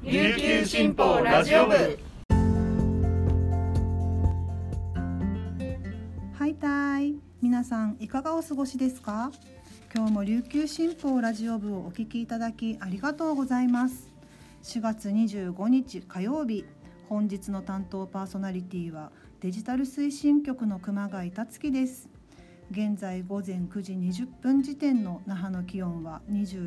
琉球新報ラジオ部。 はいたい、皆さんいかがお過ごしですか？今日も琉球新報ラジオ部をお聞きいただきありがとうございます。4月25日火曜日、本日の担当パーソナリティはデジタル推進局の熊谷達樹です。現在午前9時20分時点の那覇の気温は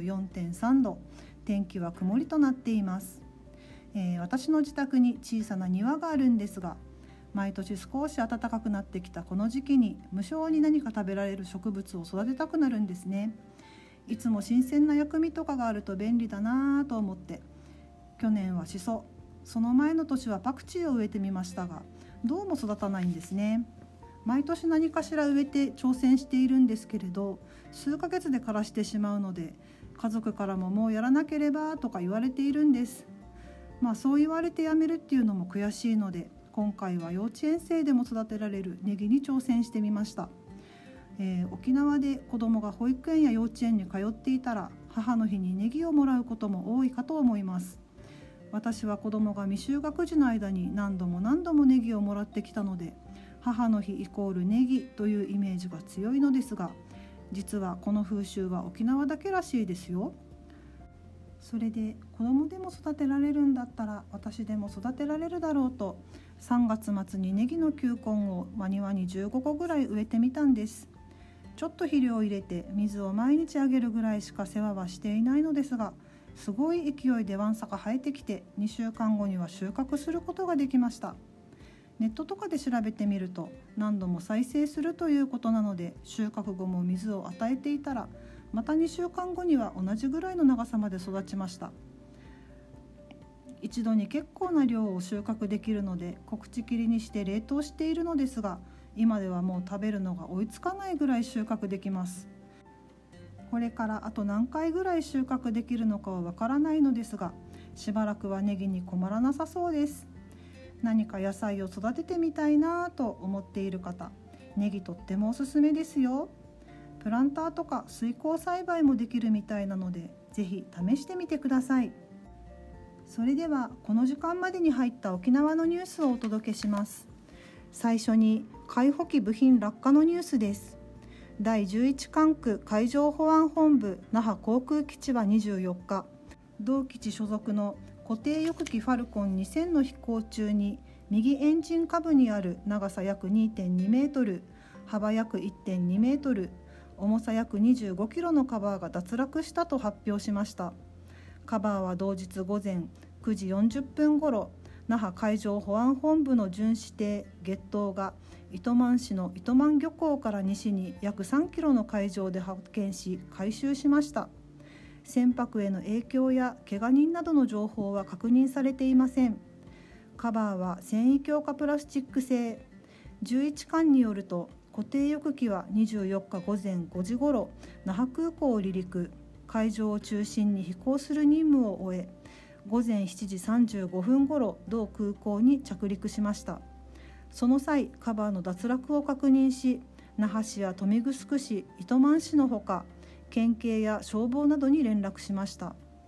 24.3 度、天気は曇りとなっています。私の自宅に小さな庭があるんですが、毎年少し暖かくなってきたこの時期に無性に何か食べられる植物を育てたくなるんですね。いつも新鮮な薬味とかがあると便利だなと思って、去年はシソ、その前の年はパクチーを植えてみましたが、どうも育たないんですね。毎年何かしら植えて挑戦しているんですけれど、数ヶ月で枯らしてしまうので、家族からももうやらなければとか言われているんです。そう言われてやめるっていうのも悔しいので、今回は幼稚園生でも育てられるネギに挑戦してみました。沖縄で子供が保育園や幼稚園に通っていたら、母の日にネギをもらうことも多いかと思います。私は子供が未就学児の間に何度もネギをもらってきたので、母の日イコールネギというイメージが強いのですが、実はこの風習は沖縄だけらしいですよ。それで子供でも育てられるんだったら私でも育てられるだろうと、3月末にネギの球根を真庭に15個ぐらい植えてみたんです。ちょっと肥料を入れて水を毎日あげるぐらいしか世話はしていないのですが、すごい勢いでわんさか生えてきて、2週間後には収穫することができました。ネットとかで調べてみると、何度も再生するということなので、収穫後も水を与えていたら、また2週間後には同じぐらいの長さまで育ちました。一度に結構な量を収穫できるので、小口切りにして冷凍しているのですが、今ではもう食べるのが追いつかないぐらい収穫できます。これからあと何回ぐらい収穫できるのかはわからないのですが、しばらくはネギに困らなさそうです。何か野菜を育ててみたいなと思っている方、ネギとってもおすすめですよ。プランターとか水耕栽培もできるみたいなので、ぜひ試してみてください。それではこの時間までに入った沖縄のニュースをお届けします。最初に海保機部品落下のニュースです。第11管区海上保安本部那覇航空基地は24日、同基地所属の固定翼機ファルコン2000の飛行中に、右エンジン下部にある長さ約 2.2 メートル、幅約 1.2 メートル、重さ約25キロのカバーが脱落したと発表しました。カバーは同日午前9時40分ごろ、那覇海上保安本部の巡視艇月島が糸満市の糸満漁港から西に約3キロの海上で発見し回収しました。船舶への影響や怪我人などの情報は確認されていません。カバーは繊維強化プラスチック製。11艦によると、固定翼機は24日午前5時ごろ、那覇空港を離陸、海上を中心に飛行する任務を終え、午前7時35分ごろ同空港に着陸しました。その際、カバーの脱落を確認し、那覇市や豊見城市、糸満市のほか、県警や消防などに連絡しました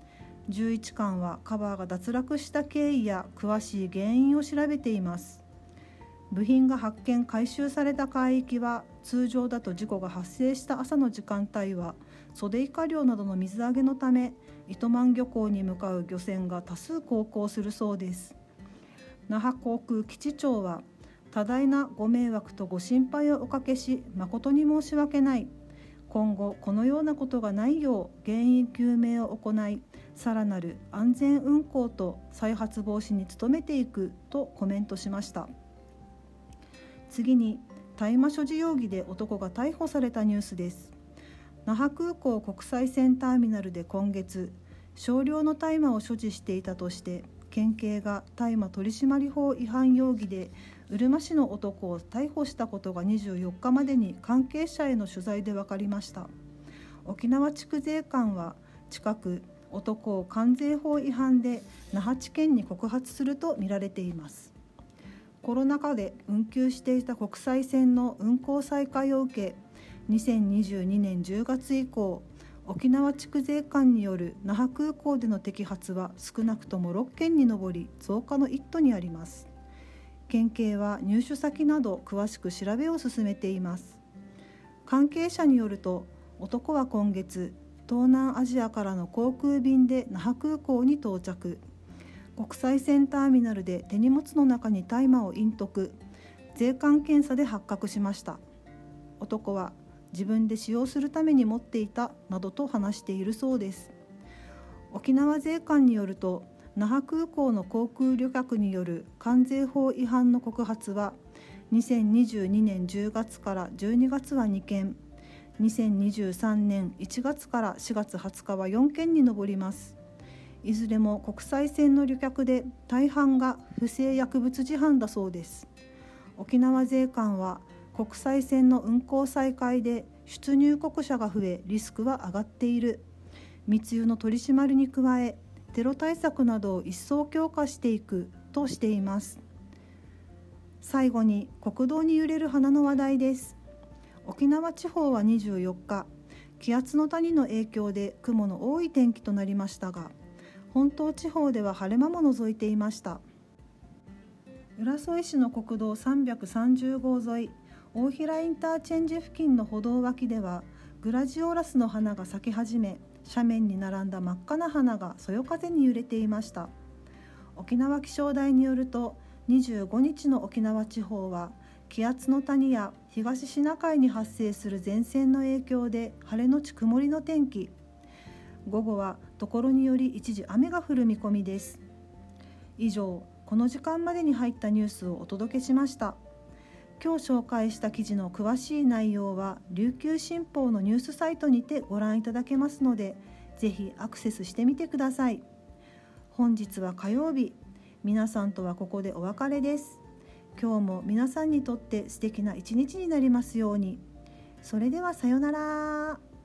。11艦はカバーが脱落した経緯や詳しい原因を調べています。部品が発見回収された海域は、通常だと事故が発生した朝の時間帯はソデイカ漁などの水揚げのため、糸満漁港に向かう漁船が多数航行するそうです。那覇航空基地長は、多大なご迷惑とご心配をおかけし誠に申し訳ない。今後このようなことがないよう原因究明を行い、さらなる安全運航と再発防止に努めていくとコメントしました。次に、大麻所持容疑で男が逮捕されたニュースです。那覇空港国際線ターミナルで今月、少量の大麻を所持していたとして県警が大麻取締法違反容疑でうるま市の男を逮捕したことが24日までに関係者への取材で分かりました。沖縄地区税関は近く男を関税法違反で那覇地検に告発するとみられています。コロナ禍で運休していた国際線の運航再開を受け、2022年10月以降、 沖縄地区税関による那覇空港での摘発は少なくとも6件に上り、増加の一途にあります。県警は入手先など詳しく調べを進めています。関係者によると、男は今月、東南アジアからの航空便で那覇空港に到着。国際線ターミナルで手荷物の中に大麻を隠匿。税関検査で発覚しました。男は自分で使用するために持っていたなどと話しているそうです。沖縄税関によると、那覇空港の航空旅客による関税法違反の告発は2022年10月から12月は2件、2023年1月から4月20日は4件に上ります。いずれも国際線の旅客で大半が不正薬物事犯だそうです。沖縄税関は国際線の運航再開で出入国者が増え、リスクは上がっている。密輸の取り締まりに加え、テロ対策などを一層強化していくとしています。最後に国道に揺れる花の話題です。沖縄地方は24日、気圧の谷の影響で雲の多い天気となりましたが、本島地方では晴れ間も覗いていました。浦添市の国道330号沿い、大平インターチェンジ付近の歩道脇ではグラジオラスの花が咲き始め、斜面に並んだ真っ赤な花がそよ風に揺れていました。沖縄気象台によると、25日の沖縄地方は気圧の谷や東シナ海に発生する前線の影響で晴れのち曇りの天気。午後はところにより一時雨が降る見込みです。以上、この時間までに入ったニュースをお届けしました。今日紹介した記事の詳しい内容は琉球新報のニュースサイトにてご覧いただけますので、ぜひアクセスしてみてください。本日は火曜日、皆さんとはここでお別れです。今日も皆さんにとって素敵な一日になりますように。それではさようなら。